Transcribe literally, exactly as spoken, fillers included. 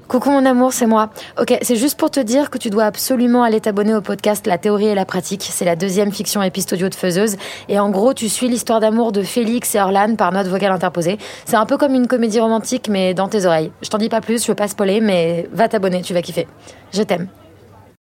Coucou mon amour, c'est moi. Ok, c'est juste pour te dire que tu dois absolument aller t'abonner au podcast La théorie et la pratique. C'est la deuxième fiction épisode audio de Faiseuse. Et en gros, tu suis l'histoire d'amour de Félix et Orlane par note vocale interposée. C'est un peu comme une comédie romantique, mais dans tes oreilles. Je t'en dis pas plus, je veux pas spoiler, mais va t'abonner, tu vas kiffer. Je t'aime.